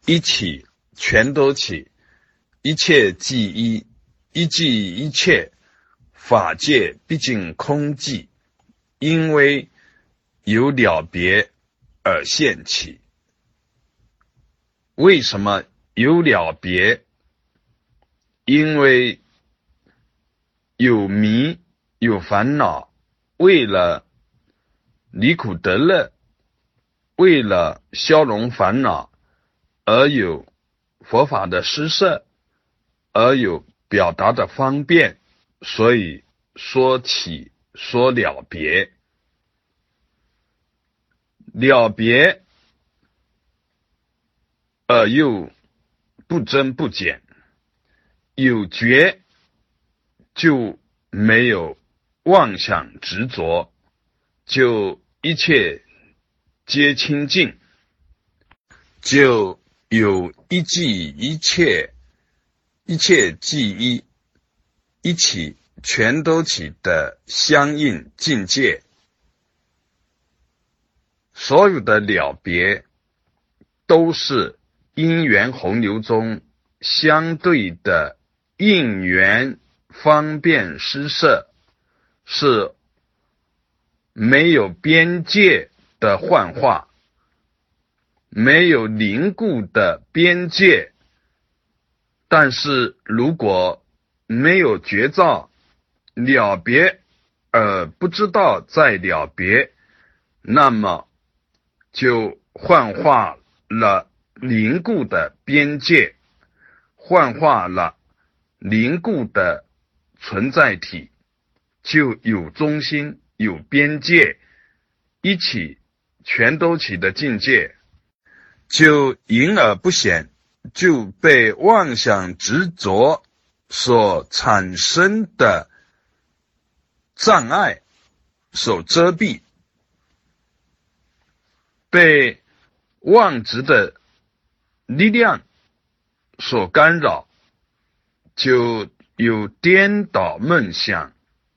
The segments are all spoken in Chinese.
一起全都起，一切即一，一即一切，法界毕竟空寂，因为有了别而现起。为什么有了别？因为有迷，有烦恼，为了离苦得乐，为了消融烦恼，而有佛法的施设，而有表达的方便，所以说起说了别。了别而又不增不减，有觉就没有妄想执着，就一切皆清净，就有一即一切，一切即一，一起全都起的相应境界。所有的了别都是因缘洪流中相对的应缘方便施设，是没有边界的幻化，没有凝固的边界。但是如果没有觉照了别而不知道在了别，那么就幻化了凝固的边界，幻化了凝固的存在体，就有中心，有边界，一起全都起的境界就隐而不显，就被妄想执着所产生的障碍所遮蔽，被妄执的力量所干扰，就有颠倒梦想。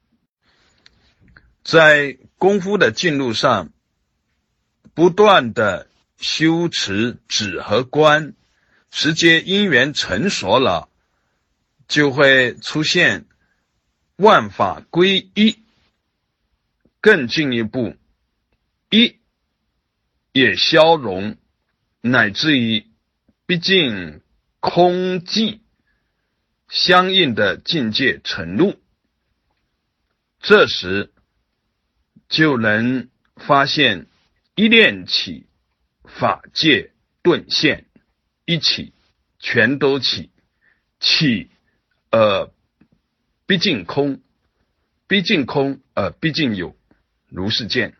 在功夫的进路上，不断的修持止和观，时节因缘成熟了，就会出现万法归一。更进一步，一也消融，乃至于毕竟空寂相应的境界成入。这时就能发现一念起，法界顿现，一起全都起，起而毕竟空，毕竟空而毕竟有，如是见。